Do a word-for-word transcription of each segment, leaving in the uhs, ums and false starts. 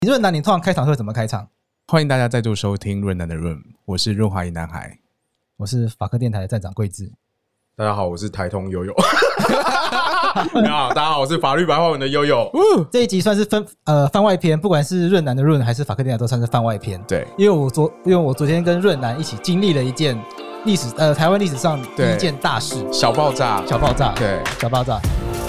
润男，你通常开场会怎么开场？ 欢迎大家再度收听润男的润，我是润滑一男孩， 我是法科电台的站长桂智。 大家好，我是台通悠悠。大家好，大家好，我是法律白话文的悠悠。 这一集算是分呃番外篇，不管是润男的润还是法科电台都算是番外篇。 对， 因为我昨因为我昨天跟润男一起经历了一件历史呃台湾历史上第一件大事， 小爆炸， 小爆炸， 对， 小爆炸。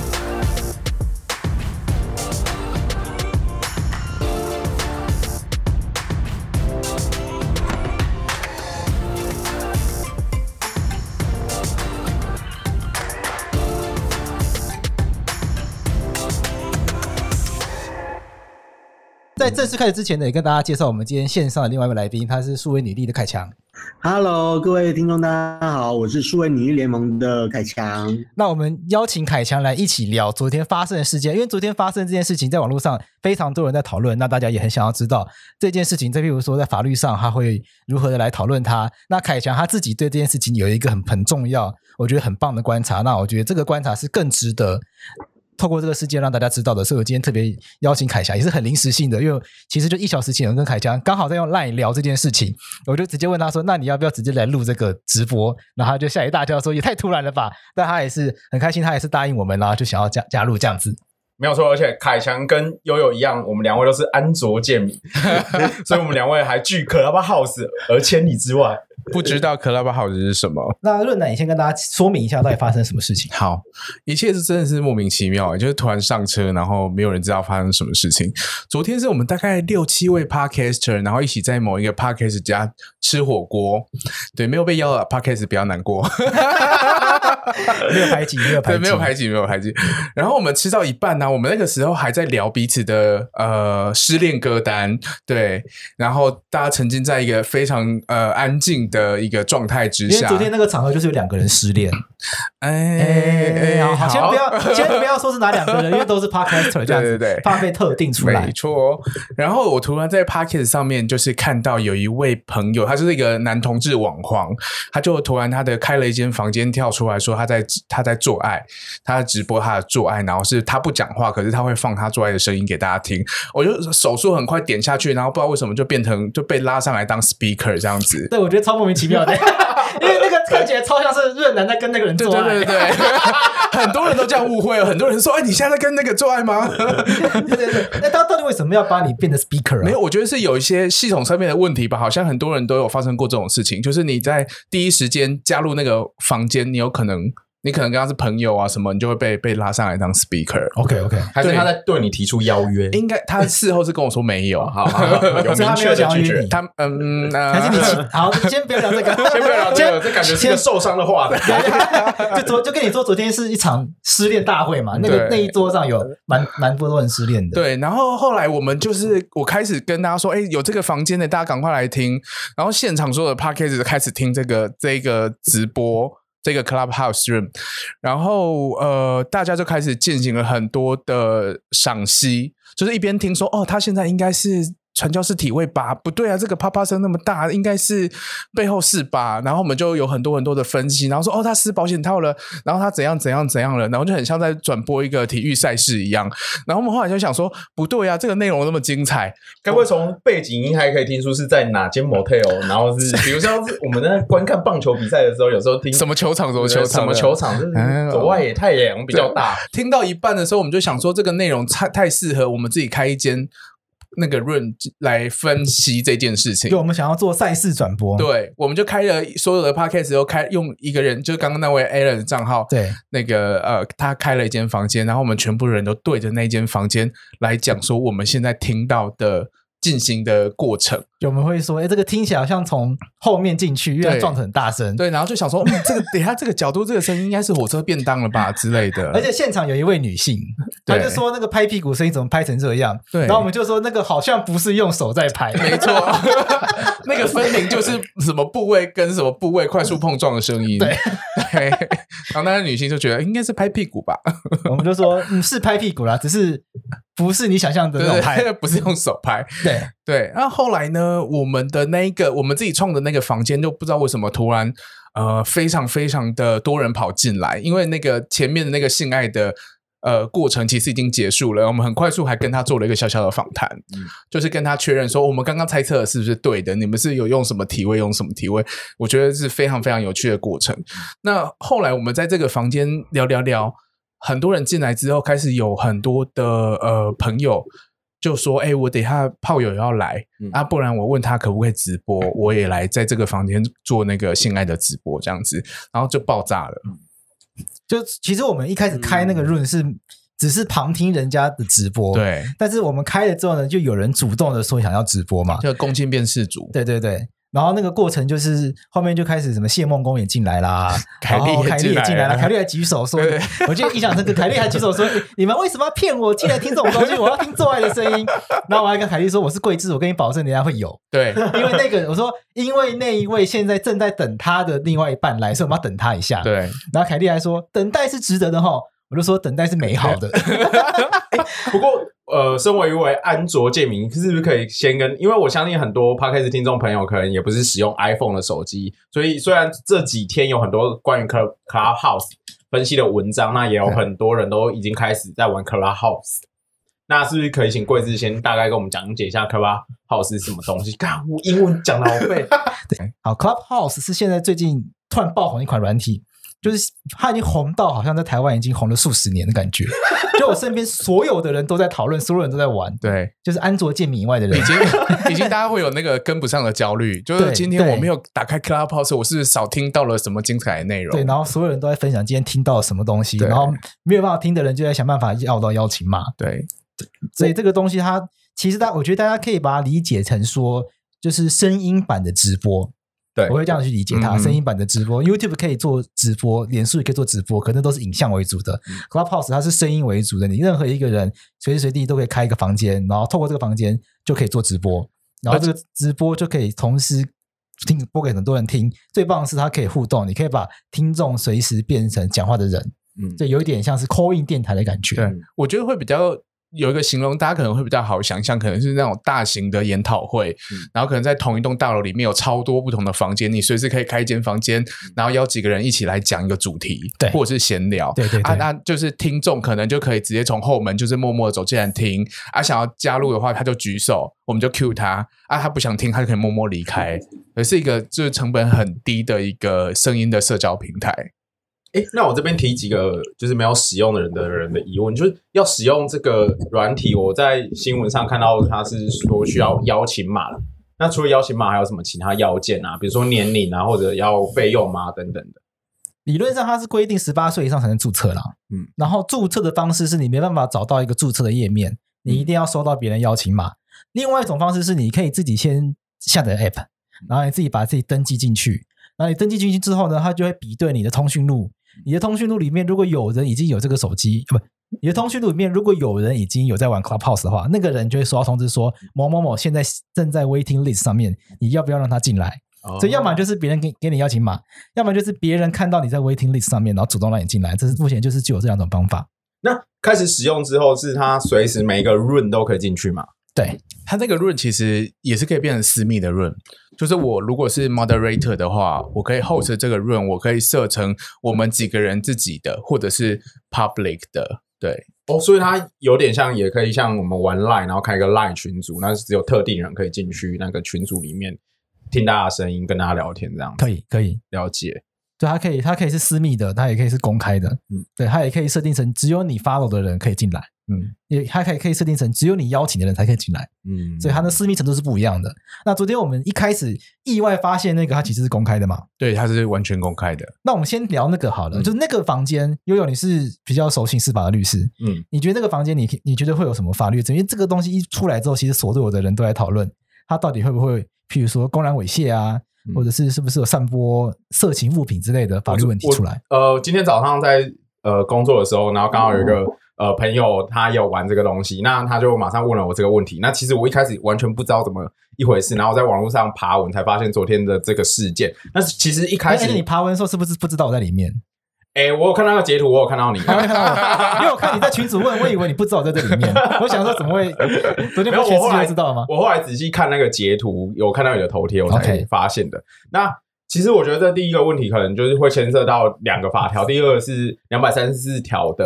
在正式开始之前呢，也跟大家介绍我们今天线上的另外一位来宾，他是数位女力的凯强。 Hello， 各位听众大家好，我是数位女力联盟的凯强。 那我们邀请凯强来一起聊昨天发生的事件，因为昨天发生这件事情在网络上非常多人在讨论，那大家也很想要知道这件事情，再譬如说在法律上他会如何的来讨论它。那凯强他自己对这件事情有一个很很重要，我觉得很棒的观察，那我觉得这个观察是更值得透过这个事件让大家知道的，所以我今天特别邀请凯强，也是很临时性的，因为其实就一小时前我跟凯强刚好在用 LINE 聊这件事情，我就直接问他说那你要不要直接来录这个直播，然后他就吓一大跳说也太突然了吧，但他也是很开心，他也是答应我们，然后就想要 加, 加入这样子。 没有错，而且凯强跟悠悠一样，我们两位都是安卓健民，所以我们两位还距 Clubhouse 而千里之外。 不知道 Clubhouse 是什么？ 那润男，你先跟大家说明一下到底发生什么事情。 好，一切是真的是莫名其妙，就是突然上车，然后没有人知道发生什么事情。昨天是我们大概六七位 Podcaster， 然后一起在某一个 Podcast 家吃火锅，对，没有被邀了 Podcast 不要难过。 没有排挤，没有排挤， 对，没有排挤，没有排挤。然后我们吃到一半呢、啊，我们那个时候还在聊彼此的呃失恋歌单，对，然后大家沉浸在一个非常呃安静的一个状态之下。 因为昨天那个场合就是有两个人失恋。 哎哎，好，好，先不要，先不要说是哪两个人，因为都是 Podcaster 这样子， 对对对， 怕被特定出来。 没错。然后我突然在 Podcast 上面就是看到有一位朋友，他就是一个男同志网黄，他就突然他的开了一间房间跳出来说他在他在做爱，他在直播他的做爱，然后是他不讲话，可是他会放他做爱的声音给大家听。我就手速很快点下去，然后不知道为什么就变成就被拉上来当 speaker 这样子。 对，我觉得超莫名其妙的，因为那个看起来超像是润男在跟那个人做爱。 对对对对。很多人都这样误会了，很多人说：“哎，你现在在跟那个做爱吗？” 对对对，那他到底为什么要把你变成 speaker 啊？ 没有，我觉得是有一些系统上面的问题吧。好像很多人都有发生过这种事情，就是你在第一时间加入那个房间，你有可能。你可能跟他是朋友啊什么，你就会被被拉上来当 speaker。OK OK， 还是他在对你提出邀约？ 应该他事后是跟我说没有， 好好好，有明确的拒绝。 他嗯、呃， 还是你好，先不要聊这个， 先不要聊这个，这感觉是个受伤的话的。 就昨就跟你说，昨天是一场失恋大会嘛，那个那一桌上有蛮蛮多人失恋的。 对，然后后来我们就是我开始跟大家说，哎，有这个房间的，大家赶快来听。然后现场所有的 podcast 开始听这个这个直播。这个 Clubhouse Room， 然后呃，大家就开始进行了很多的赏析，就是一边听说哦，他现在应该是传教士体位吧？不对啊，这个啪啪声那么大，应该是背后是吧？然后我们就有很多很多的分析，然后说哦，他撕保险套了，然后他怎样怎样怎样了，然后就很像在转播一个体育赛事一样。然后我们后来就想说，不对啊，这个内容那么精彩， 该不会从背景音还可以听出是在哪间 motel？ 然后是比如像我们在观看棒球比赛的时候，有时候听什么球场什么球场什么球场，就是左外野太阳比较大。 听到一半的时候，我们就想说，这个内容太太适合我们自己开一间。那个润来分析这件事情， 对，我们想要做赛事转播， 对，我们就开了所有的 podcast， 都开用一个人，就是刚刚那位 Alan 的账号， 对， 那个呃，他开了一间房间，然后我们全部人都对着那间房间来讲说我们现在听到的进行的过程。 我们会说，哎，这个听起来好像从后面进去，因为它撞得很大声， 对，然后就想说，嗯，这个等一下这个角度，这个声音应该是火车便当了吧之类的。 而且现场有一位女性，她就说那个拍屁股声音怎么拍成这样？对，然后我们就说那个好像不是用手在拍， 没错，那个分明就是什么部位跟什么部位快速碰撞的声音。 对， 对，然后那个女性就觉得应该是拍屁股吧， 我们就说嗯是拍屁股啦，只是不是你想象的那种拍， 对对对，不是用手拍。 对对，然后后来呢？我们的那一个，我们自己创的那个房间，就不知道为什么突然，呃，非常非常的多人跑进来，因为那个前面的那个性爱的呃过程其实已经结束了，我们很快速还跟他做了一个小小的访谈，嗯、就是跟他确认说我们刚刚猜测的是不是对的，你们是有用什么体位用什么体位，我觉得是非常非常有趣的过程。那后来我们在这个房间聊聊聊，很多人进来之后开始有很多的呃朋友就说哎、欸，我等一下炮友要来、嗯、啊，不然我问他可不可以直播，我也来在这个房间做那个性爱的直播这样子，然后就爆炸了。 就其实我们一开始开那个 room 是、嗯、只是旁听人家的直播， 对， 但是我们开了之后呢，就有人主动的说想要直播嘛， 就公亲变事主， 对对对。然后那个过程就是后面就开始什么谢梦工也进来啦， 凯莉也进来了， 来了，凯莉还举手说，我记得印象深刻，凯莉还举手说、欸、你们为什么要骗我进来听这种东西，我要听做爱的声音。然后我还跟凯莉说我是桂枝，我跟你保证人家会有， 对， 因为那个我说因为那一位现在正在等他的另外一半来，所以我们要等他一下， 对。 然后凯莉还说等待是值得的齁，我就说等待是美好的。 欸、不过呃，身为一位安卓健民，是不是可以先跟？因为我相信很多 Podcast 听众朋友可能也不是使用 iPhone 的手机，所以虽然这几天有很多关于 Clubhouse 分析的文章，那也有很多人都已经开始在玩 Clubhouse。那是不是可以请桂枝先大概跟我们讲解一下 Clubhouse 是什么东西？干，我英文讲得好背。 对，好 ，Clubhouse 是现在最近突然爆红一款软体。就是它已经红到好像在台湾已经红了数十年的感觉，就我身边所有的人都在讨论，所有人都在玩， 对， 就是安卓健民以外的人， 已经已经大家会有那个跟不上的焦虑，就是今天我没有打开 Clubhouse， 我是不是少听到了什么精彩的内容？ 对，然后所有人都在分享今天听到了什么东西，然后没有办法听的人就在想办法要到邀请码， 对， 所以这个东西它其实大，我觉得大家可以把它理解成说，就是声音版的直播。 对， 我会这样去理解它，嗯、声音版的直播 ，YouTube 可以做直播，脸书也可以做直播，可能都是影像为主的。嗯、Clubhouse 它是声音为主的，你任何一个人随时随地都可以开一个房间，然后透过这个房间就可以做直播，然后这个直播就可以同时听播给很多人听。最棒的是它可以互动，你可以把听众随时变成讲话的人，嗯，就有一点像是 call in 电台的感觉。 对，我觉得会比较。有一个形容大家可能会比较好想象，可能是那种大型的研讨会、嗯、然后可能在同一栋大楼里面有超多不同的房间，你随时可以开一间房间、嗯、然后邀几个人一起来讲一个主题，对，或者是闲聊， 对对对啊，那就是听众可能就可以直接从后门就是默默的走进来听啊，想要加入的话他就举手，我们就 cue 他啊，他不想听他就可以默默离开，也是一个就是成本很低的一个声音的社交平台。 诶，那我这边提几个就是没有使用的人的人的疑问，就是要使用这个软体，我在新闻上看到它是说需要邀请码，那除了邀请码还有什么其他要件啊？比如说年龄啊，或者要费用吗等等的？ 理论上它是规定十八岁以上才能注册啦，嗯，然后注册的方式是你没办法找到一个注册的页面，你一定要收到别人邀请码。另外一种方式是你可以自己先下载 app， 然后你自己把自己登记进去，然后你登记进去之后呢，它就会比对你的通讯录。你的通讯录里面如果有人已经有这个手机，不，你的通讯录里面如果有人已经有在玩 Clubhouse 的话，那个人就会收到通知说某某某现在正在 waiting list 上面，你要不要让他进来、哦、所以要么就是别人 给, 给你邀请码，要么就是别人看到你在 waiting list 上面然后主动让你进来，这是目前就是只有这两种方法。 那开始使用之后是他随时每一个 room 都可以进去吗？ 对， 它这个 room 其实也是可以变成私密的 room， 就是我如果是 moderator 的话，我可以 host 这个 room， 我可以设成我们几个人自己的或者是 public 的，对。 哦，所以它有点像，也可以像我们玩 LINE 然后开一个 LINE 群组，那是只有特定人可以进去那个群组里面听大家的声音跟大家聊天这样子。 可以可以了解。 对，它可以它可以是私密的，它也可以是公开的，嗯，对，它也可以设定成只有你 follow 的人可以进来，嗯，也它可以可以设定成只有你邀请的人才可以进来，嗯，所以它的私密程度是不一样的。那昨天我们一开始意外发现那个它其实是公开的嘛， 对，它是完全公开的。 那我们先聊那个好了，嗯、就是那个房间，悠悠你是比较熟刑事法的律师，嗯，你觉得那个房间你你觉得会有什么法律争议？因为这个东西一出来之后，其实所有的人都在讨论，它到底会不会，譬如说公然猥亵啊？或者是是不是有散播色情物品之类的法律问题出来？ 呃，今天早上在呃工作的时候，然后刚好有一个、嗯、呃朋友他也有玩这个东西，那他就马上问了我这个问题。那其实我一开始完全不知道怎么一回事，然后在网络上爬文才发现昨天的这个事件。那其实一开始、 欸、你爬文的时候是不是不知道我在里面？ 哎、欸，我有看到那个截图，我有看到你， 看到我因为我看你在群组问，我以为你不知道我在这里面，我想说怎么会？昨天不全世界知道吗？ 我后来仔细看那个截图，有看到你的头贴，我才发现的。Okay. 那其实我觉得这第一个问题可能就是会牵涉到两个法条，第二个是两百三十四条的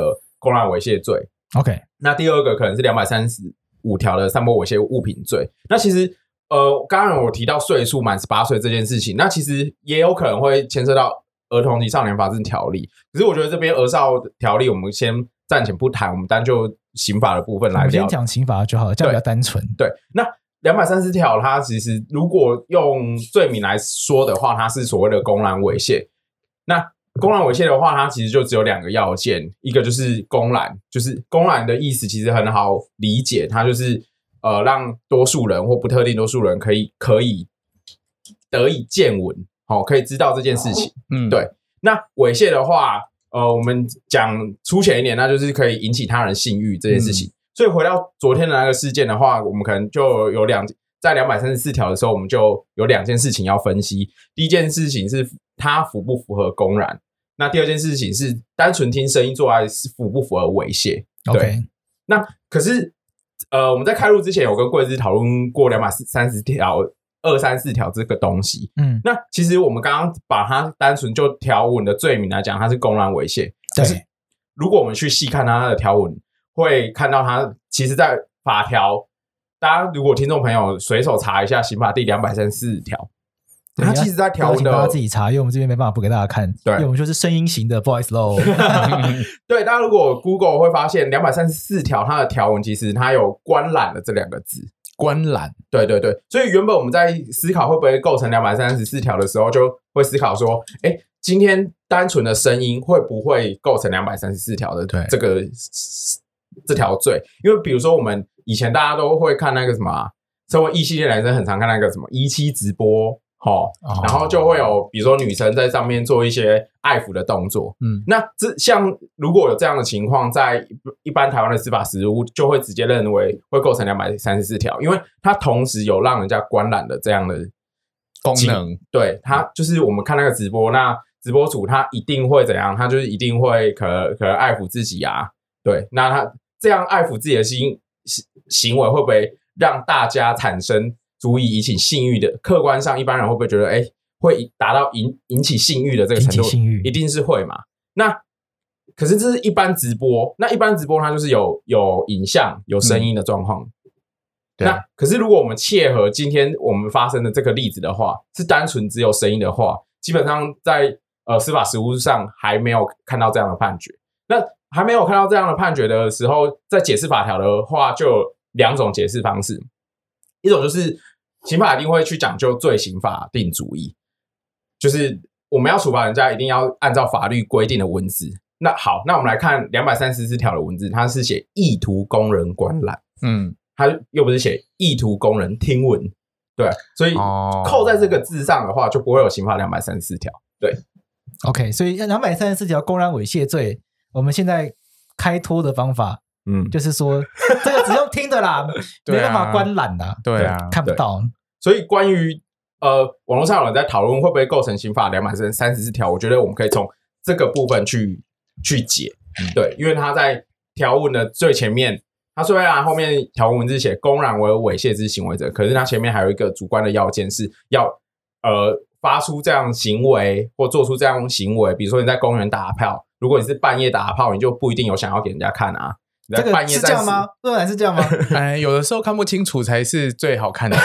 公然猥亵罪。 OK， 那第二个可能是两百三十五条的散播猥亵物品罪。那其实呃，刚刚我提到岁数满十八岁这件事情，那其实也有可能会牵涉到儿童及少年法制条例。可是我觉得这边儿少条例我们先暂且不谈，我们单就刑法的部分来聊。我们先讲刑法就好了，这样比较单纯。 对，那两百三十条它其实如果用罪名来说的话，它是所谓的公然猥亵。那公然猥亵的话，它其实就只有两个要件，一个就是公然，就是公然的意思其实很好理解，它就是呃让多数人或不特定多数人可以可以得以见闻，好、哦，可以知道这件事情。 嗯， 对。那猥亵的话，呃，我们讲粗浅一点，那就是可以引起他人性欲这件事情。嗯、所以回到昨天的那个事件的话，我们可能就有两在两百三十四条的时候，我们就有两件事情要分析。第一件事情是它符不符合公然，那第二件事情是单纯听声音做爱是符不符合猥亵。对， okay. 那可是呃，我们在开录之前有跟贵司讨论过两百三十条。二三四条这个东西，嗯，那其实我们刚刚把它单纯就条文的罪名来讲，它是公然猥亵。 对， 如果我们去细看它的条文，会看到它其实，在法条，大家如果听众朋友随手查一下刑法第两百三十四条，它其实在条文的， 大家自己查，因为我们这边没办法不给大家看， 对， 因为我们就是声音型的，不好意思喽。 对，大家如果 Google 会发现两百三十四条它的条文其实它有观览的这两个字。 观览， 对对对，所以原本我们在思考会不会构成两百三十四条的时候，就会思考说，哎，今天单纯的声音会不会构成两百三十四条的这个这条罪？因为比如说我们以前大家都会看那个什么、啊，身为异性恋男生很常看那个什么一期直播，哦，哦然后就会有比如说女生在上面做一些爱抚的动作，嗯，那这像如果有这样的情况，在一般台湾的司法实务就会直接认为会构成两百三十四条，因为它同时有让人家观览的这样的功能， 对，它就是我们看那个直播，那直播主他一定会怎样？他就是一定会可可能爱抚自己啊，对，那他这样爱抚自己的行行为会不会让大家产生足以引起性欲的？客观上一般人会不会觉得，哎？会达到引引起性欲的这个程度，一定是会嘛？那可是这是一般直播，那一般直播它就是有有影像、有声音的状况。嗯、那可是如果我们切合今天我们发生的这个例子的话，是单纯只有声音的话，基本上在呃司法实务上还没有看到这样的判决。那还没有看到这样的判决的时候，在解释法条的话，就有两种解释方式，一种就是刑法一定会去讲究罪刑法定主义。就是我们要处罚人家，一定要按照法律规定的文字。那好，那我们来看两百三十四条的文字，它是写意图供人观览，嗯，它又不是写意图供人听闻，对，所以扣在这个字上的话，就不会有刑法两百三十四条。对 ，OK， 所以两百三十四条公然猥亵罪，我们现在开脱的方法，嗯，就是说这个只用听的啦，没办法观览的， 对啊， 看不到。 所以关于呃，网络上有人在讨论会不会构成刑法两百三十四条，我觉得我们可以从这个部分去去解，嗯、对，因为他在条文的最前面，他虽然后面条文文字写公然为猥亵之行为者，可是他前面还有一个主观的要件是要呃发出这样行为或做出这样行为，比如说你在公园打炮，如果你是半夜打炮，你就不一定有想要给人家看啊。 这个是这样吗？当然是这样吗？ 哎，有的时候看不清楚才是最好看的。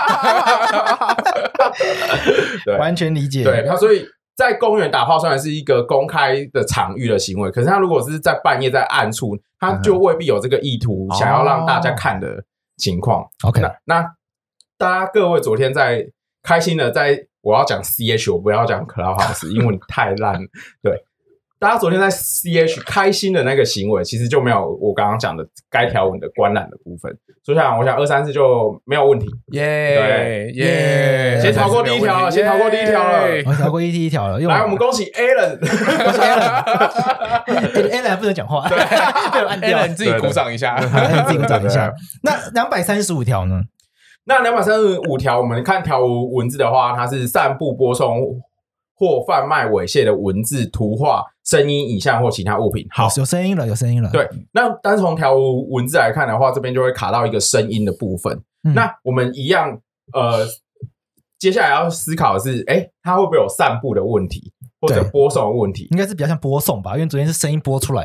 对， 完全理解。 对，他所以在公园打炮虽然是一个公开的场域的行为，可是他如果是在半夜在暗处，他就未必有这个意图想要让大家看的情况。 哦、OK， 那那大家各位昨天在开心的在，我要讲 C H， 我不要讲 Clubhouse， 英文太烂。对。大家昨天在 C H 开心的那个行为，其实就没有我刚刚讲的该条文的观览的部分。所以想，我想二三四就没有问题。 耶耶， 先逃过第一条了，先逃过第一条了， 我逃过第一条了。 来，我们恭喜 Alan， 恭喜 Alan，Alan 还不能讲话， 对，被按掉，你自己鼓掌一下， 自己鼓掌一下。那两百三十五条呢？ 那两百三十五条，我们看条文字的话，它是散布、播送或贩卖猥亵的文字、图画、声音、影像或其他物品。好， 有声音了，有声音了。 对，那单从条文字来看的话，这边就会卡到一个声音的部分。嗯、那我们一样，呃，接下来要思考的是，哎，它会不会有散布的问题，或者播送的问题？ 应该是比较像播送吧，因为昨天是声音播出来嘛。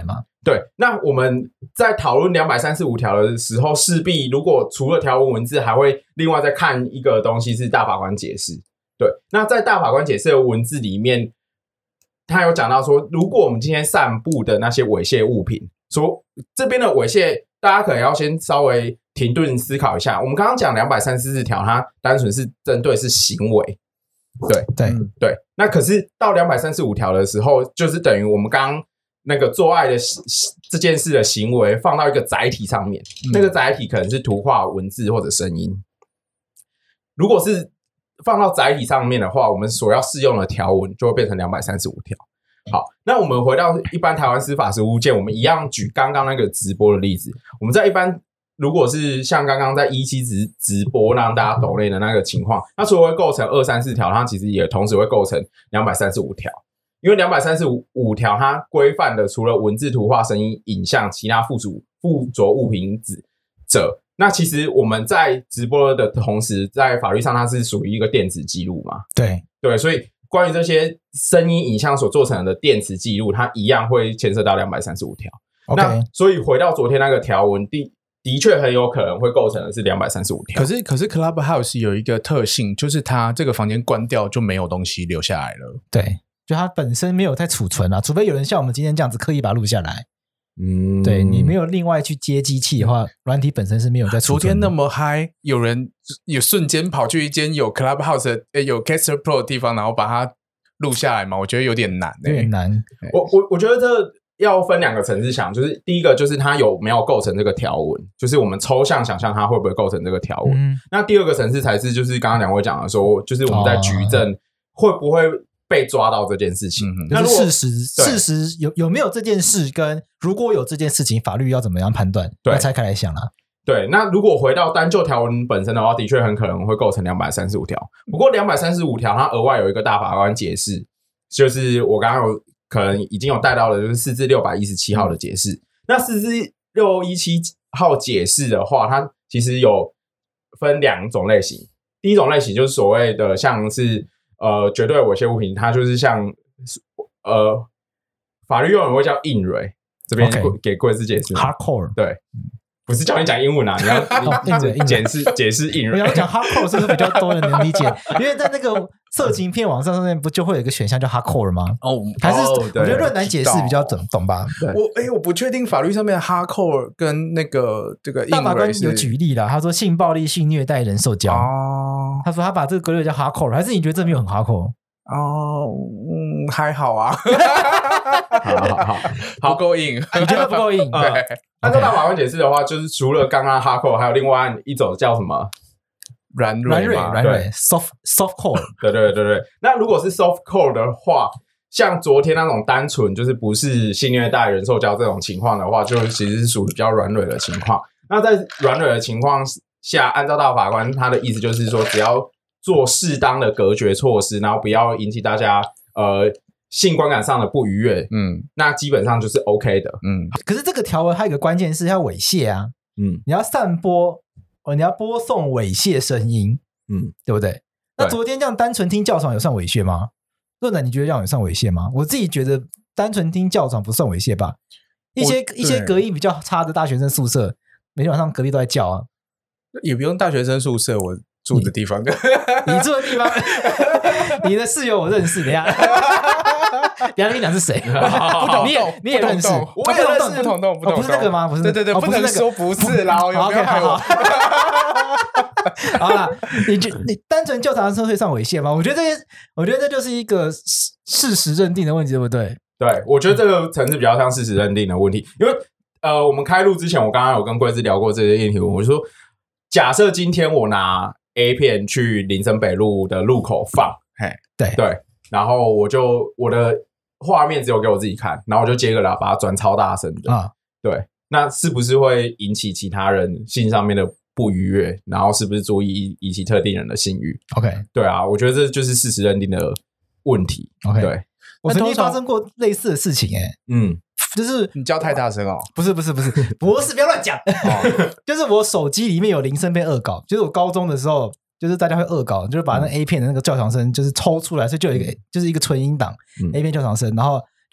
对，那我们在讨论两百三十五条的时候，势必如果除了条文文字，还会另外再看一个东西是大法官解释。对，那在大法官解释的文字里面，他有讲到说，如果我们今天散布的那些猥亵物品，说这边的猥亵，大家可能要先稍微停顿思考一下。我们刚刚讲两百三十四条，它单纯是针对是行为，对对、 嗯、对。那可是到两百三十五条的时候，就是等于我们刚刚那个做爱的这件事的行为放到一个载体上面，嗯、那个载体可能是图画、文字或者声音。如果是放到载体上面的话，我们所要适用的条文就会变成两百三十五条。好，那我们回到一般台湾司法实务界，我们一样举刚刚那个直播的例子。我们在一般如果是像刚刚在一期直直播让大家抖内的那个情况，那除了会构成二三四条，它其实也同时会构成两百三十五条。因为两百三十五条它规范的除了文字、图画、声音、影像，其他附属附着物品者，那其实我们在直播的同时，在法律上它是属于一个电子记录嘛？ 对对，所以关于这些声音、影像所做成的电磁记录，它一样会牵涉到两百三十五条。 Okay. 那所以回到昨天那个条文，的的确很有可能会构成的是两百三十五条。 可是可是 Clubhouse 有一个特性，就是它这个房间关掉就没有东西留下来了。 对，就它本身没有在储存啊，除非有人像我们今天这样子刻意把它录下来。 嗯， 对，你没有另外去接机器的话，软体本身是没有在储存的。 昨天那么嗨，有人有瞬间跑去一间有 Clubhouse 的有 Caster Pro 的地方，然后把它录下来嘛？我觉得有点难、欸， 有点难。 我我我觉得这要分两个层次想，就是第一个就是它有没有构成这个条文，就是我们抽象想象它会不会构成这个条文。嗯、那第二个层次才是就是刚刚两位讲的说，就是我们在举证、哦、会不会被抓到这件事情。 嗯、那事实事实有有没有这件事，跟如果有这件事情，法律要怎么样判断？要拆开来想啦。 对，那如果回到单就条文本身的话，的确很可能会构成两百三十五条。不过两百三十五条它额外有一个大法官解释，就是我刚刚有可能已经有带到的，就是四至六百一十七号的解释。那四至六一七号解释的话，它其实有分两种类型。第一种类型就是所谓的像是呃绝对猥亵物品，它就是像呃法律用语会叫硬蕊，这边 okay. 给贵司解释 hardcore 对。不是叫你讲英文啊，你要你解释解释英文。 我要讲 hardcore 是不是比较多人能理解？因为在那个色情片网站上面不就会有一个选项叫 hardcore 吗？ 哦， 还是我觉得论坛解释比较懂懂吧？ 我哎，我不确定法律上面的 hardcore 跟那个这个大法官有举例啦，他说性暴力、性虐待、人受教。哦，他说他把这个归类叫 hardcore， 还是你觉得这没有很 hardcore？ 哦，嗯，还好啊。 好好好， 好够硬， 你觉得不够硬？ 对。按照大法官解释的话，就是除了刚刚 hardcore， 还有另外一种叫什么软软蕊软蕊 soft soft core。 对对对对。那如果是 soft core 的话，像昨天那种单纯就是不是性虐待、人受教这种情况的话，就其实是属于比较软蕊的情况。那在软蕊的情况下，按照大法官他的意思就是说，只要做适当的隔绝措施，然后不要引起大家呃。性观感上的不愉悦，嗯，那基本上就是 OK 的，嗯。 可是这个条文还有一个关键是要猥亵啊，嗯，你要散播，哦，你要播送猥亵声音，嗯，对不对？那昨天这样单纯听教场有算猥亵吗？论坛你觉得这样有算猥亵吗？我自己觉得单纯听教场不算猥亵吧。一些一些隔音比较差的大学生宿舍，每天晚上隔壁都在叫啊， 也不用大学生宿舍，我住的地方， 你, 你住的地方，你的室友我认识，等一下。等一下跟你讲是谁？ 不同你也你也认识， 我也认识，不同栋，不同不是那个吗？不是， 对对对，不能说不是啦，有没有害我？ 好啦，你就你单纯调查的时候会算猥亵吗？我觉得这些，我觉得这就是一个事实认定的问题，对不对？ 对，我觉得这个层次比较像事实认定的问题，因为呃，我们开录之前，我刚刚有跟贵司聊过这些议题，我就说，假设今天我拿 A 片去林森北路的路口放，嘿， 对对。然后我就我的画面只有给我自己看，然后我就接个喇叭转超大声的啊，对，那是不是会引起其他人性上面的不愉悦？然后是不是足以引起特定人的性欲 ？OK， 对啊，我觉得这就是事实认定的问题。 OK， 对， 我曾经发生过类似的事情、欸，哎，嗯，就是你叫太大声哦， 不是不是不是不是，不要乱讲，哦、就是我手机里面有铃声被恶搞，就是我高中的时候。就是大家会恶搞，就是把那 A 片的那个叫床声就是抽出来，所以就有一个就是一个纯音档、嗯、A 片叫床声，然后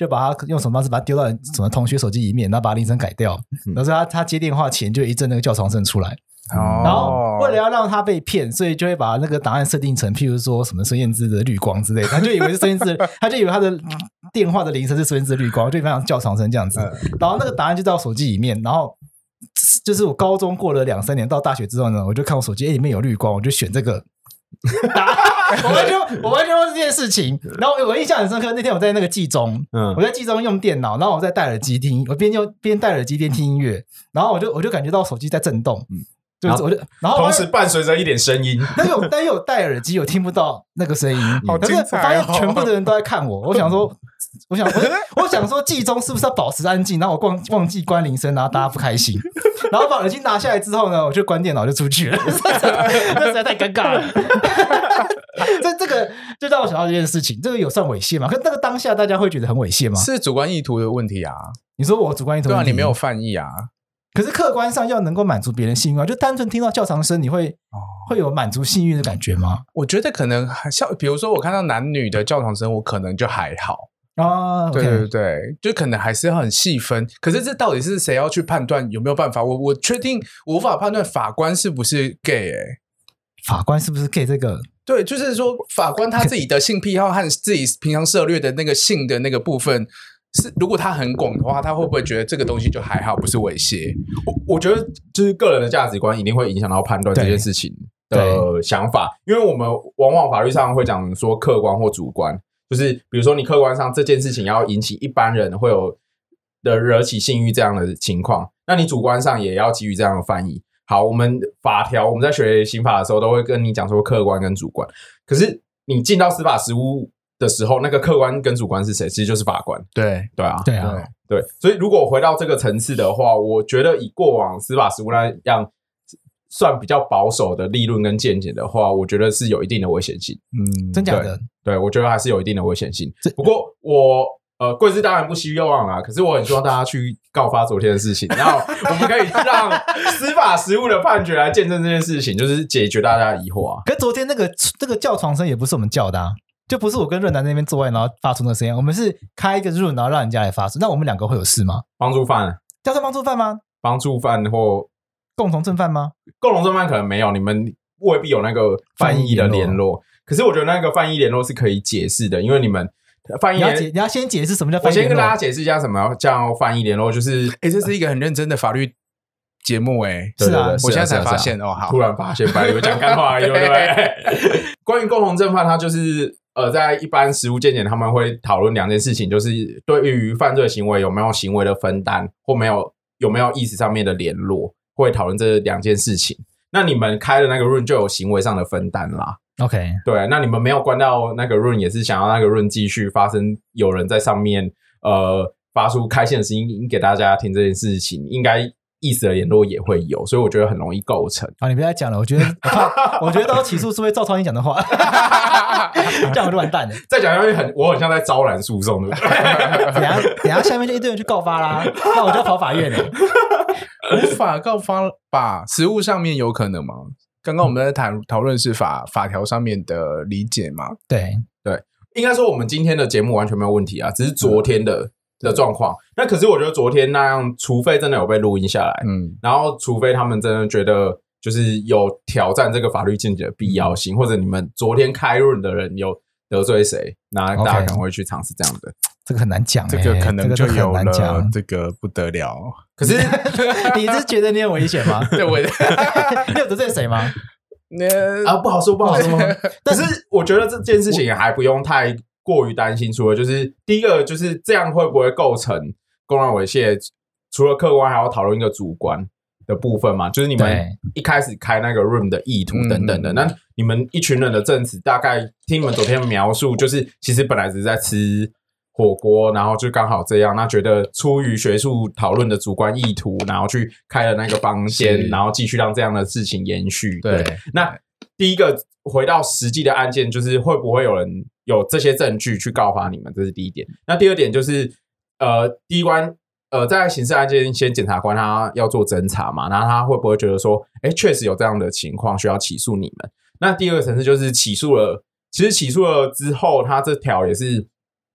就把他用什么方式把他丢到什么同学手机里面，然后把铃声改掉， 嗯、 然后他他接电话前就一阵那个叫床声出来。 哦、 然后为了要让他被骗，所以就会把那个档案设定成，譬如说什么孙燕姿的绿光之类的，他就以为是孙燕姿，他就以为他的电话的铃声是孙燕姿的绿光，就非常叫床声这样子。然后那个档案就在我手机里面，然后就是我高中过了两三年，到大学之后呢，我就看我手机，哎，里面有绿光，我就选这个。我完全我完全忘记这件事情，然后我印象很深刻。那天我在那个季中，嗯，我在季中用电脑，然后我在戴耳机听，我边用边戴耳机边听音乐，然后我就我就感觉到手机在震动，嗯。就我就，然后同时伴随着一点声音， 但是我但是我戴耳机，我听不到那个声音。 好精彩哦！ 我发现全部的人都在看我，我想说，我想我我想说，季中是不是要保持安静？然后我忘忘记关铃声，然后大家不开心。然后把耳机拿下来之后呢，我就关电脑就出去了，那实在太尴尬了。这这个就让我想到这件事情，这个有算猥亵吗？可是那个当下大家会觉得很猥亵吗？ 是主观意图的问题啊！ 你说我主观意图的问题， 对啊，你没有犯意啊。 可是客观上要能够满足别人性欲，就单纯听到叫床声，你会、哦、会有满足性欲的感觉吗？ 我觉得可能像，比如说我看到男女的叫床声，我可能就还好啊。 对对对，就可能还是要很细分。可是这到底是谁要去判断有没有办法？我我确定我无法判断法官是不是 gay 哎、欸， 法官是不是 gay 这个？ 对，就是说法官他自己的性癖好和自己平常涉猎的那个性的那个部分。是，如果他很广的话，他会不会觉得这个东西就还好，不是猥亵？ 我我觉得就是个人的价值观一定会影响到判断这件事情的想法，因为我们往往法律上会讲说客观或主观，就是比如说你客观上这件事情要引起一般人会有的惹起性欲这样的情况，那你主观上也要给予这样的翻译。好，我们法条我们在学刑法的时候都会跟你讲说客观跟主观，可是你进到司法实务的时候，那个客观跟主观是谁？其实就是法官。 对对啊， 对啊， 对对。所以如果回到这个层次的话，我觉得以过往司法实务那样算比较保守的立论跟见解的话，我觉得是有一定的危险性。 嗯，真假的？ 对，我觉得还是有一定的危险性。不过我呃，贵司当然不希望啦，可是我很希望大家去告发昨天的事情，然后我们可以让司法实务的判决来见证这件事情，就是解决大家的疑惑啊。 可是昨天那个这个叫床声也不是我们叫的啊。就不是我跟润南那边做爱然后发出那个声音，我们是开一个 room 然后让人家来发出。那我们两个会有事吗？ 帮助犯叫做帮助犯吗？ 帮助犯或共同正犯吗？ 共同正犯可能没有，你们未必有那个翻译的联络。可是我觉得那个翻译联络是可以解释的，因为你们翻译你要解你要先解释什么叫翻译联络。 我先跟大家解释一下什么叫翻译联络，就是哎、欸，这是一个很认真的法律节目哎、欸， 是啊， 我现在才发现哦，好， 突然发现，白有讲干话而已，对不对？关于共同正犯，它就是呃，在一般实务见解，他们会讨论两件事情，就是对于犯罪行为有没有行为的分担，或没有有没有意识上面的联络，会讨论这两件事情。那你们开的那个 room 就有行为上的分担啦。 OK， 对，那你们没有关到那个 room， 也是想要那个 room 继续发生，有人在上面呃发出开线的声音给大家听这件事情，应该意思的联络也会有，所以我觉得很容易构成。 啊，你别再讲了，我觉得我, 我觉得到起诉是会照抄你讲的话，这样我就完蛋了。 再讲下去很，我很像在招揽诉讼，对不对？ 等一下等一下下面就一堆人去告发啦，那我就要跑法院了。 无法告发吧？实务上面有可能吗？刚刚我们在谈讨论是法法条上面的理解嘛？ 对对，应该说我们今天的节目完全没有问题啊，只是昨天的、嗯、的状况。那可是我觉得昨天那样，除非真的有被录音下来，嗯，然后除非他们真的觉得就是有挑战这个法律见解的必要性，嗯、或者你们昨天开论的人有得罪谁，那大家可能会去尝试这样的。 这个很难讲、欸， 这个可能就有了， 这个, 这个不得了。 可是你是觉得你很危险吗？ 对，我你有得罪谁吗？ 啊，不好说，不好说。可是我觉得这件事情还不用太过于担心。除了就是第一个，就是这样会不会构成公然猥亵？除了客观，还要讨论一个主观的部分嘛？就是你们一开始开那个 room 的意图等等的。那你们一群人的证词，大概听你们昨天描述，就是其实本来只是在吃火锅，然后就刚好这样，那觉得出于学术讨论的主观意图，然后去开了那个房间，然后继续让这样的事情延续。对，对，那第一个回到实际的案件，就是会不会有人有这些证据去告发你们，这是第一点。那第二点就是，呃，第一关，呃，在刑事案件，先检察官他要做侦查嘛，然后他会不会觉得说，哎，确实有这样的情况需要起诉你们？那第二个层次就是起诉了，其实起诉了之后，他这条也是。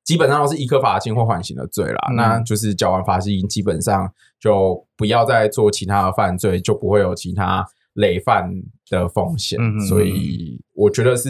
基本上都是一颗罚金或缓刑的罪啦，嗯、那就是缴完罚金，基本上就不要再做其他的犯罪，就不会有其他累犯的风险。嗯、所以我觉得是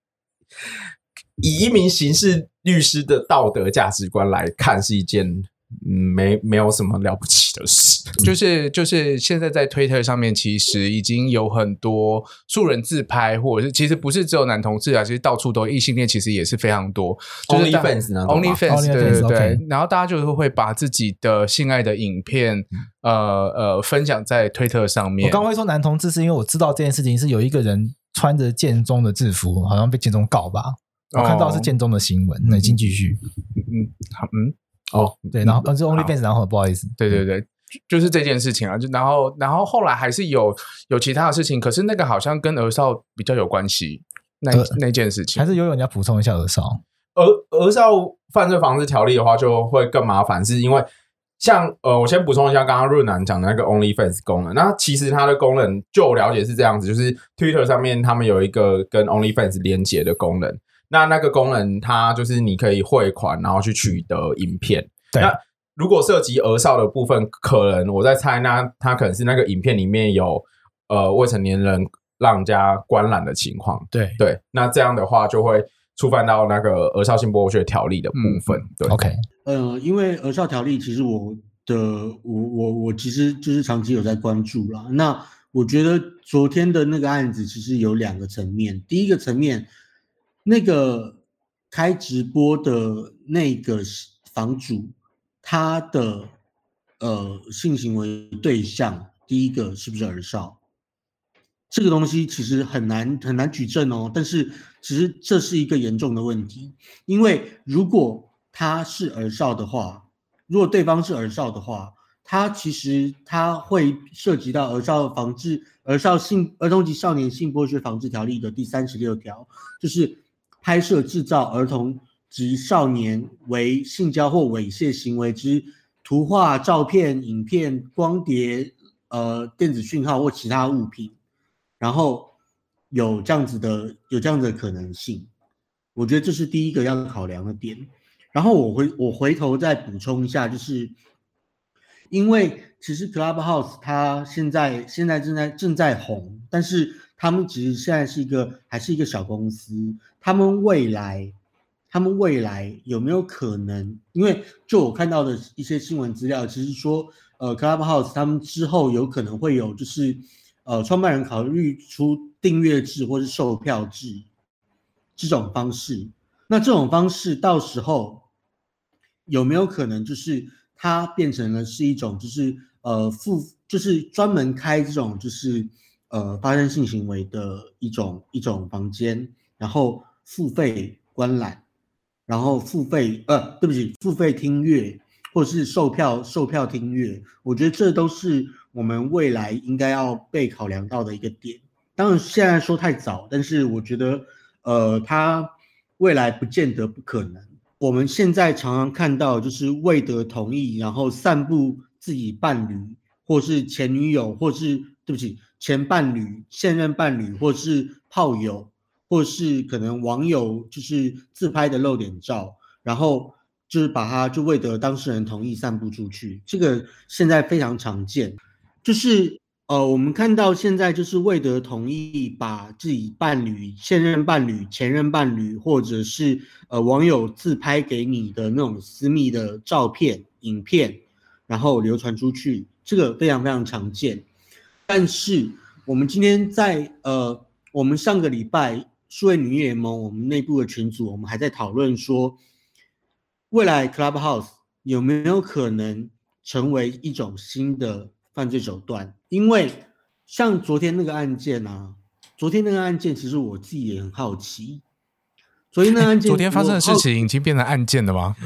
以一名刑事律师的道德价值观来看，是一件。嗯，没没有什么了不起的事， 就是就是现在在 Twitter 上面，其实已经有很多素人自拍，或者是其实不是只有男同志啊，其实到处都异性恋，其实也是非常多。就是 OnlyFans 呢 ，OnlyFans 对对对， okay. 然后大家就会把自己的性爱的影片，呃呃分享在 Twitter 上面。 我刚会说男同志，是因为我知道这件事情是有一个人穿着建中的制服，好像被建中告吧。我看到是建中的新闻，那、哦、请继续。 嗯，好，嗯。 哦，对，然后呃是 OnlyFans， 然后不好意思， 对对对，就是这件事情啊，就然后然后后来还是有有其他的事情，可是那个好像跟儿少比较有关系，那、呃、那件事情， 还是悠悠你要补充一下儿少。 儿儿少犯罪防治条例的话，就会更麻烦，是因为像呃，我先补充一下刚刚润南讲的那个 OnlyFans 功能，那其实它的功能就我了解是这样子，就是 Twitter 上面他们有一个跟 OnlyFans 连结的功能。那那个功能，它就是你可以汇款，然后去取得影片。 对。 那如果涉及儿少的部分，可能我在猜，那它可能是那个影片里面有呃未成年人让人家观览的情况。 对对。那这样的话，就会触犯到那个儿少性剥削条例的部分。嗯、对 ，OK。 呃，因为儿少条例，其实我的我我我其实就是长期有在关注啦。那我觉得昨天的那个案子其实有两个层面，第一个层面。那个开直播的那个房主，他的呃性行为对象，第一个是不是儿少？这个东西其实很难很难举证哦。但是其实这是一个严重的问题，因为如果他是儿少的话，如果对方是儿少的话，他其实他会涉及到儿少防治、儿少性儿童及少年性剥削防治条例的第三十六条，就是。拍摄制造儿童及少年为性交或猥亵行为之图画、照片、影片、光碟、呃电子讯号或其他物品，然后有这样子的有这样子的可能性，我觉得这是第一个要考量的点。然后我回我回头再补充一下，就是因为其实 Clubhouse 它现在现在正在正在红，但是他们其实现在是一个还是一个小公司。他们未来，他们未来有没有可能？因为就我看到的一些新闻资料，其实说，呃 ，Clubhouse 他们之后有可能会有，就是呃，创办人考虑出订阅制或是售票制这种方式。那这种方式到时候有没有可能，就是它变成了是一种，就是呃付，就是专门开这种就是呃发生性行为的一种一种房间，然后。付费观览，然后付费呃，对不起，付费听乐，或者是售票售票听乐，我觉得这都是我们未来应该要被考量到的一个点。当然现在说太早，但是我觉得呃，它未来不见得不可能。我们现在常常看到就是未得同意，然后散布自己伴侣或是前女友，或是对不起前伴侣、现任伴侣，或是炮友。或是可能网友就是自拍的露点照，然后就是把它就未得当事人同意散布出去，这个现在非常常见。就是呃，我们看到现在就是未得同意把自己伴侣、现任伴侣、前任伴侣，或者是呃网友自拍给你的那种私密的照片、影片，然后流传出去，这个非常非常常见。但是我们今天在呃，我们上个礼拜。数位女力联盟，我们内部的群组，我们还在讨论说，未来 Clubhouse 有没有可能成为一种新的犯罪手段？因为像昨天那个案件啊，昨天那个案件，其实我自己也很好奇。昨天那个案件， 昨天发生的事情已经变成案件了吗？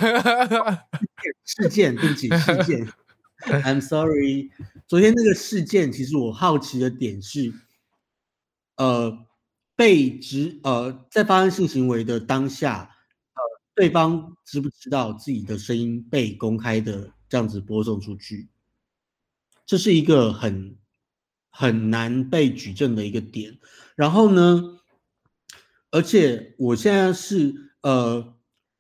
事件，对不起，事件。I'm sorry。昨天那个事件，其实我好奇的点是，呃。被指呃，在发生性行为的当下，呃，对方知不知道自己的声音被公开的这样子播送出去？这是一个很很难被举证的一个点。然后呢，而且我现在是呃，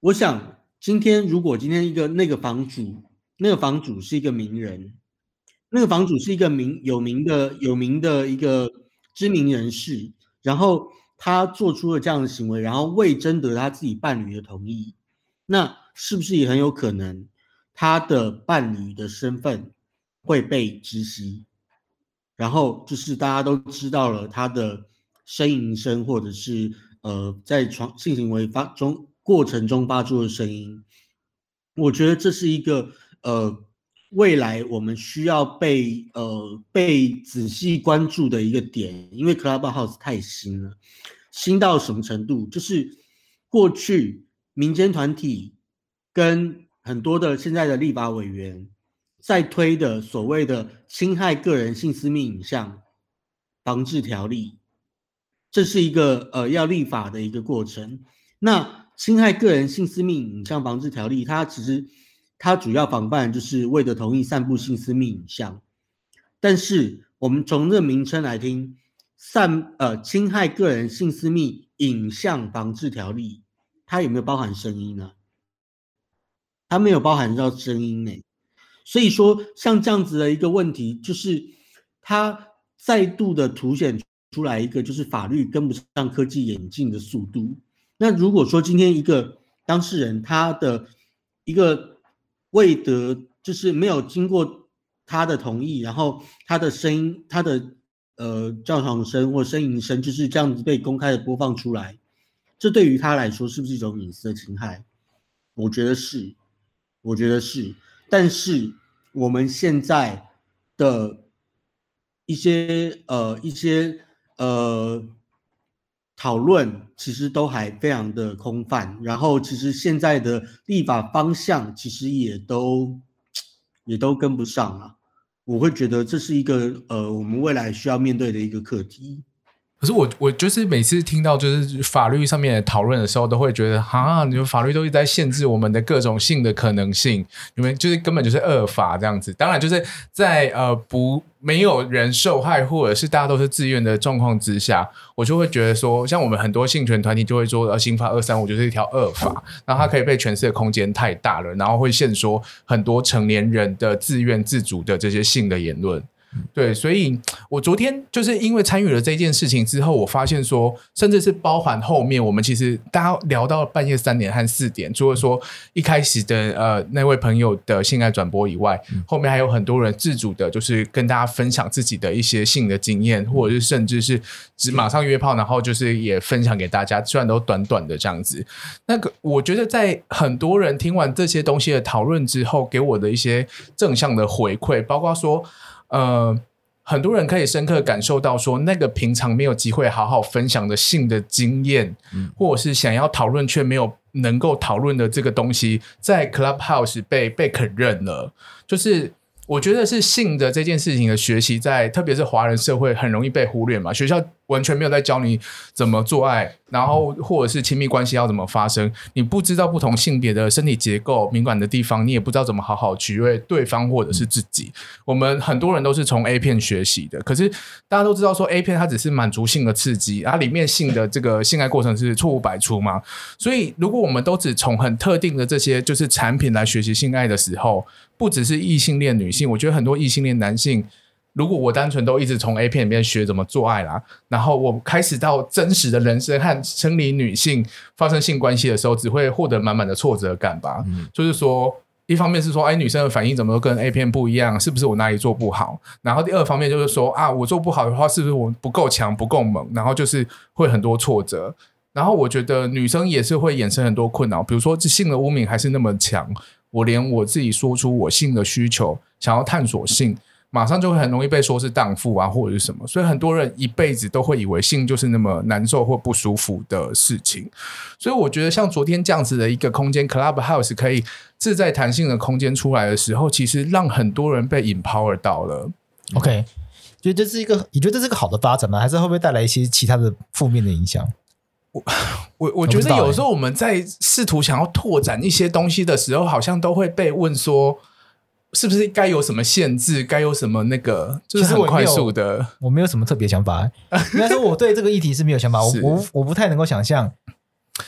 我想今天如果今天一个那个房主，那个房主是一个名人，那个房主是一个名有名的有名的一个知名人士，然后他做出了这样的行为，然后未征得他自己伴侣的同意，那是不是也很有可能他的伴侣的身份会被知悉？然后就是大家都知道了他的呻吟声，或者是呃在床性行为发中过程中发出的声音。我觉得这是一个呃未来我们需要被呃被仔细关注的一个点，因为 Clubhouse 太新了，新到什么程度？就是过去民间团体跟很多的现在的立法委员在推的所谓的侵害个人性私密影像防治条例，这是一个呃要立法的一个过程。那侵害个人性私密影像防治条例，它其实它主要防范就是未得同意散布性私密影像，但是我们从这个名称来听，散呃侵害个人性私密影像防治条例，它有没有包含声音呢？它没有包含到声音呢。所以说，像这样子的一个问题，就是它再度的凸显出来一个，就是法律跟不上科技演进的速度。那如果说今天一个当事人他的一个未得，就是没有经过他的同意，然后他的声音，他的呃叫床声或呻吟声就是这样子被公开的播放出来，这对于他来说是不是一种隐私的侵害？我觉得是，我觉得是。但是我们现在的一些呃一些呃讨论，其实都还非常的空泛，然后其实现在的立法方向其实也都也都跟不上啊。我会觉得这是一个呃我们未来需要面对的一个课题。 可是我我就是每次听到就是法律上面的讨论的时候，都会觉得啊，你们法律都一直在限制我们的各种性的可能性，你们就是根本就是恶法这样子。当然就是在呃不没有人受害或者是大家都是自愿的状况之下，我就会觉得说，像我们很多性权团体就会说，呃，刑法二三五就是一条恶法，然后它可以被诠释的空间太大了，然后会限缩很多成年人的自愿自主的这些性的言论。对，所以我昨天就是因为参与了这件事情之后，我发现说，甚至是包含后面我们其实大家聊到半夜三点和四点，除了说一开始的呃那位朋友的性爱转播以外，后面还有很多人自主的，就是跟大家分享自己的一些性的经验，或者是甚至是只马上约炮，然后就是也分享给大家，虽然都短短的这样子。那个我觉得在很多人听完这些东西的讨论之后，给我的一些正向的回馈，包括说。呃，很多人可以深刻感受到说，那个平常没有机会好好分享的性的经验，嗯、或者是想要讨论却没有能够讨论的这个东西，在 Clubhouse 被被肯认了。就是我觉得是性的这件事情的学习在，特别是华人社会很容易被忽略嘛，学校完全没有在教你怎么做爱，然后或者是亲密关系要怎么发生，你不知道不同性别的身体结构敏感的地方，你也不知道怎么好好取悦对方或者是自己。我们很多人都是从 A 片学习的，可是大家都知道说 A 片它只是满足性的刺激，它里面性的这个性爱过程是错误百出嘛，所以如果我们都只从很特定的这些就是产品来学习性爱的时候，不只是异性恋女性，我觉得很多异性恋男性，如果我单纯都一直从 A 片里面学怎么做爱啦，然后我开始到真实的人生和生理女性发生性关系的时候，只会获得满满的挫折感吧、嗯、就是说一方面是说哎，女生的反应怎么都跟 A 片不一样，是不是我哪里做不好，然后第二方面就是说啊，我做不好的话是不是我不够强不够猛，然后就是会很多挫折。然后我觉得女生也是会衍生很多困扰，比如说性的污名还是那么强，我连我自己说出我性的需求想要探索性，马上就会很容易被说是荡妇啊或者是什么，所以很多人一辈子都会以为性就是那么难受或不舒服的事情。所以我觉得像昨天这样子的一个空间 Clubhouse 可以自在弹性的空间出来的时候，其实让很多人被 empower 到了。 OK， 觉得这是一个，你觉得这是个好的发展吗？还是会不会带来一些其他的负面的影响？ 我我我觉得有时候我们在试图想要拓展一些东西的时候，好像都会被问说是不是该有什么限制，该有什么那个，就是很快速的。 我 没, 我没有什么特别想法，应该说我对这个议题是没有想法。我我我不太能够想象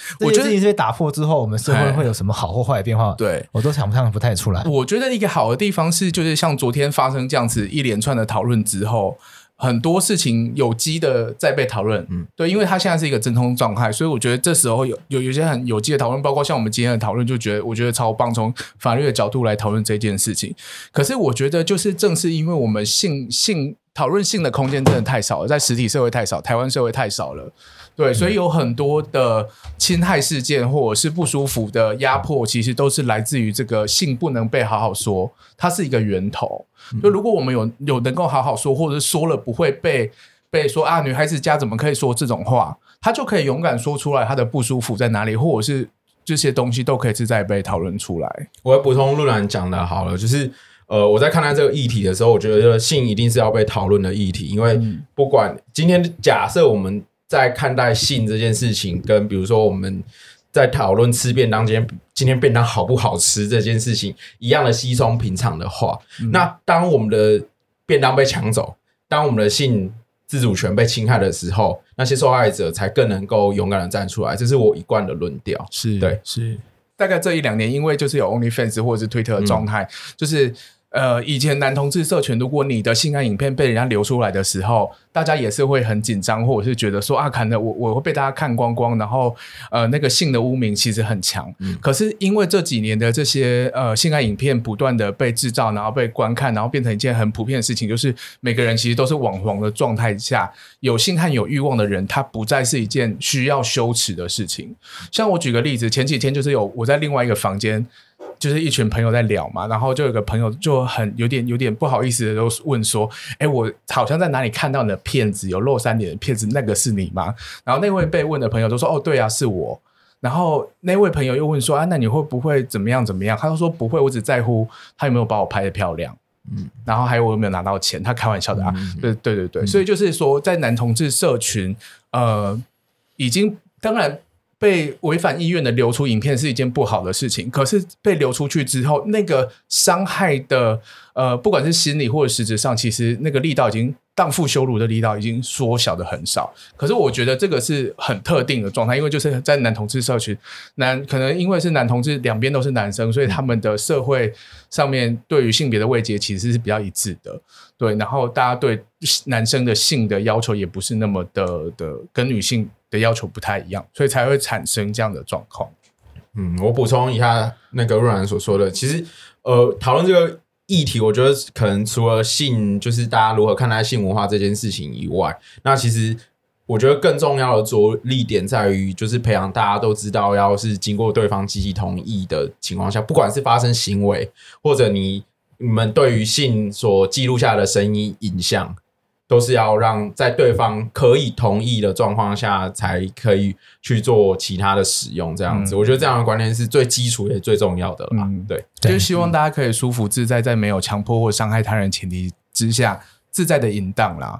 这件事情是被打破之后，我们社会会有什么好或坏的变化？ 对， 我都想象不太出来。 我觉得一个好的地方是，就是像昨天发生这样子一连串的讨论之后，很多事情有机的在被讨论，嗯，对，因为它现在是一个真空状态，所以我觉得这时候有有有些很有机的讨论，包括像我们今天的讨论，就觉得我觉得超棒，从法律的角度来讨论这件事情。可是我觉得，就是正是因为我们性性讨论性的空间真的太少了，在实体社会太少，台湾社会太少了。对，所以有很多的侵害事件或者是不舒服的压迫，其实都是来自于这个性不能被好好说，它是一个源头。就如果我们有有能够好好说，或者是说了不会被被说啊，女孩子家怎么可以说这种话，他就可以勇敢说出来他的不舒服在哪里，或者是这些东西都可以自在被讨论出来。 我会补充陆兰讲的好了，就是呃，我在看待这个议题的时候，我觉得性一定是要被讨论的议题，因为不管今天假设我们在看待性这件事情，跟比如说我们在讨论吃便当，今天今天便当好不好吃这件事情一样的稀松平常的话，嗯、那当我们的便当被抢走，当我们的性自主权被侵害的时候，那些受害者才更能够勇敢的站出来，这是我一贯的论调。 是， 对， 是。大概这一两年，因为就是有 OnlyFans 或者是 Twitter 的状态，嗯、就是呃，以前男同志社群，如果你的性爱影片被人家流出来的时候，大家也是会很紧张，或者是觉得说啊，可能我我会被大家看光光，然后呃，那个性的污名其实很强。嗯、可是因为这几年的这些呃性爱影片不断的被制造，然后被观看，然后变成一件很普遍的事情，就是每个人其实都是网红的状态下，有性和有欲望的人，他不再是一件需要羞耻的事情。像我举个例子，前几天就是有我在另外一个房间。就是一群朋友在聊嘛，然后就有个朋友就很有点有点不好意思的都问说，哎，我好像在哪里看到你的片子，有露三点的片子，那个是你吗？然后那位被问的朋友都说，哦，对啊，是我。然后那位朋友又问说，啊，那你会不会怎么样怎么样？他就说不会，我只在乎他有没有把我拍得漂亮。嗯，然后还有我有没有拿到钱？他开玩笑的啊，嗯、对对对对，嗯、所以就是说，在男同志社群，呃，已经当然。被违反意愿的流出影片是一件不好的事情，可是被流出去之后，那个伤害的呃，不管是心理或者实质上，其实那个力道已经荡妇羞辱的力道已经缩小的很少。可是我觉得这个是很特定的状态，因为就是在男同志社群，男可能因为是男同志两边都是男生，所以他们的社会上面对于性别的位阶其实是比较一致的。对，然后大家对男生的性的要求也不是那么的的跟女性的要求不太一样，所以才会产生这样的状况。 嗯，我补充一下那个润然所说的，其实呃，讨论这个议题，我觉得可能除了性，就是大家如何看待性文化这件事情以外，那其实我觉得更重要的着力点在于，就是培养大家都知道，要是经过对方积极同意的情况下，不管是发生行为，或者你你们对于性所记录下的声音影像，都是要让在对方可以同意的状况下才可以去做其他的使用，这样子、嗯、我觉得这样的观念是最基础也最重要的啦、嗯、对， 就是希望大家可以舒服自在，在没有强迫或伤害他人前提之下自在的淫荡啦。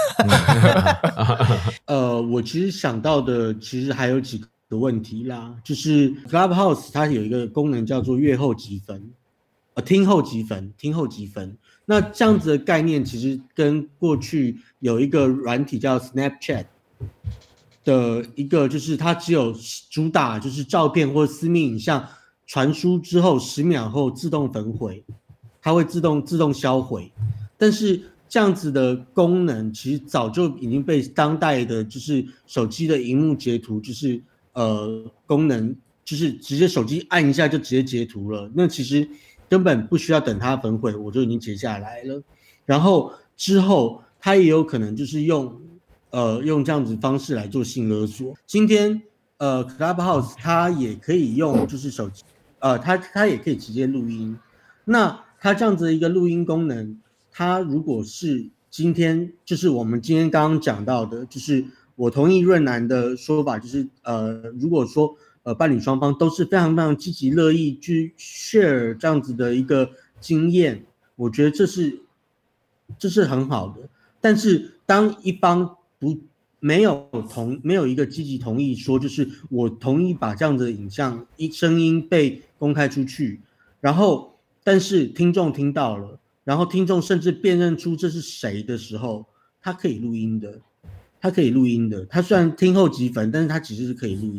呃，我其实想到的其实还有几个问题啦，就是 Clubhouse 它有一个功能叫做阅后积分，呃，听后积分，听后积分。那这样子的概念其实跟过去有一个软体叫 Snapchat 的一个，就是它只有主打就是照片或私密影像传输之后十秒后自动焚毁，它会自动自动销毁。但是这样子的功能其实早就已经被当代的就是手机的萤幕截图就是呃功能就是直接手机按一下就直接截图了，那其实根本不需要等它焚毁，我就已经截下来了。然后之后它也有可能就是用呃用这样子方式来做性勒索。今天呃 Clubhouse 它也可以用就是手机呃它它也可以直接录音。那它这样子的一个录音功能，它如果是今天就是我们今天刚刚讲到的，就是我同意润南的说法，就是呃如果说呃，伴侣双方都是非常非常积极乐意去 share 这样子的一个经验，我觉得这是这是很好的。但是当一方不没有同没有一个积极同意说，就是我同意把这样子的影像声音被公开出去，然后但是听众听到了，然后听众甚至辨认出这是谁的时候，他可以录音的，他可以录音的。他虽然听后即焚，但是他其实是可以录音。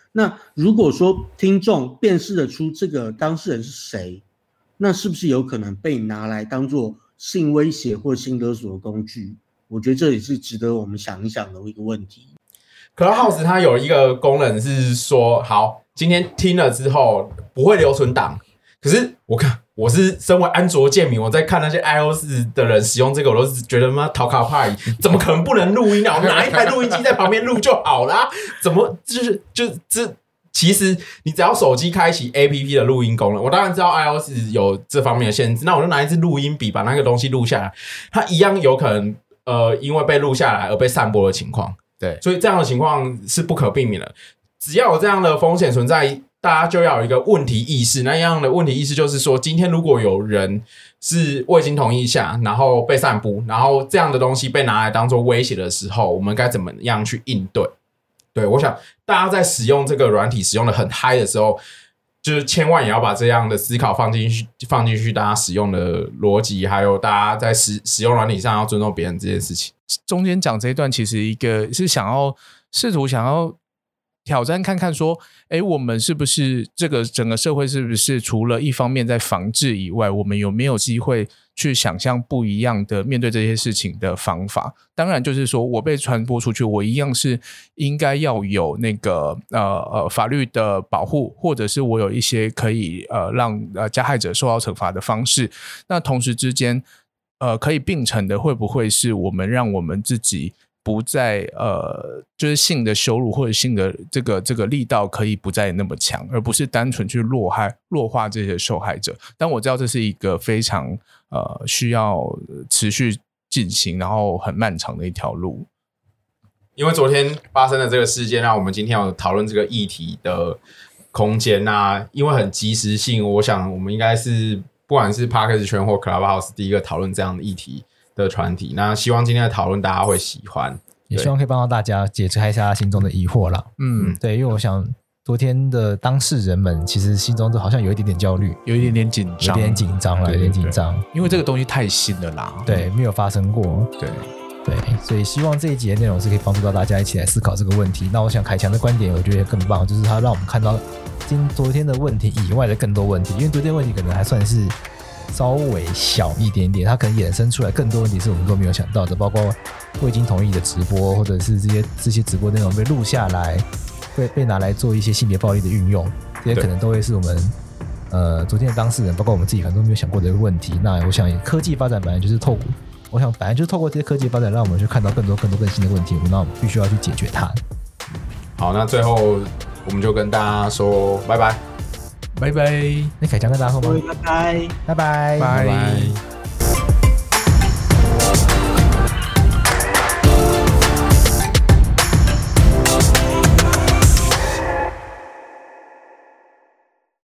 那如果说听众辨识得出这个当事人是谁，那是不是有可能被拿来当作性威胁或性勒索的工具？我觉得这也是值得我们想一想的一个问题。 Clubhouse 它有一个功能是说，好，今天听了之后不会留存档，可是我看我是身为安卓健民，我在看那些 iOS 的人使用这个，我都是觉得妈讨卡派，怎么可能不能录音啊？我拿一台录音机在旁边录就好啦，怎么就是就这？其实你只要手机开启 A P P 的录音功能，我当然知道 iOS 有这方面的限制，那我就拿一支录音笔把那个东西录下来，它一样有可能呃因为被录下来而被散播的情况。 对， 所以这样的情况是不可避免的。只要有这样的风险存在，大家就要有一个问题意识。那样的问题意识就是说，今天如果有人是未经同意下，然后被散布，然后这样的东西被拿来当作威胁的时候，我们该怎么样去应对？对，我想大家在使用这个软体使用的很嗨的时候，就是千万也要把这样的思考放进去，放进去大家使用的逻辑，还有大家在使使用软体上要尊重别人这件事情。 中间讲这一段，其实一个是想要试图想要挑战看看说，哎，我们是不是这个整个社会是不是除了一方面在防治以外，我们有没有机会去想象不一样的面对这些事情的方法？当然就是说我被传播出去，我一样是应该要有那个呃呃法律的保护，或者是我有一些可以呃让呃加害者受到惩罚的方式。那同时之间呃可以并存的，会不会是我们让我们自己不再呃，就是性的羞辱或者性的这个这个力道可以不再那么强，而不是单纯去弱害弱化这些受害者。但我知道这是一个非常呃需要持续进行，然后很漫长的一条路。 因为昨天发生的这个事件，让我们今天有讨论这个议题的空间啊，因为很及时性，我想我们应该是不管是 Podcast 圈或 Clubhouse 第一个讨论这样的议题的团体，那希望今天的讨论大家会喜欢， 也希望可以帮到大家解开一下心中的疑惑啦。嗯，对，因为我想昨天的当事人们其实心中都好像有一点点焦虑， 有一点点紧张， 有点紧张了，有点紧张， 因为这个东西太新了啦， 对，没有发生过， 对对，所以希望这一集的内容是可以帮助到大家一起来思考这个问题。那我想凯强的观点我觉得更棒，就是他让我们看到今昨天的问题以外的更多问题，因为昨天的问题可能还算是稍微小一点点，它可能衍生出来更多问题是我们都没有想到的，包括未经同意的直播，或者是这些这些直播内容被录下来，被被拿来做一些性别暴力的运用，这些可能都会是我们呃昨天的当事人，包括我们自己可能都没有想过的一个问题。那我想科技发展本来就是透过，我想本来就是透过这些科技发展，让我们去看到更多更多更新的问题，那我们必须要去解决它。 好，那最后我们就跟大家说拜拜。 拜拜。 那凯强跟大家说吗？ 拜拜， 拜拜， 拜拜。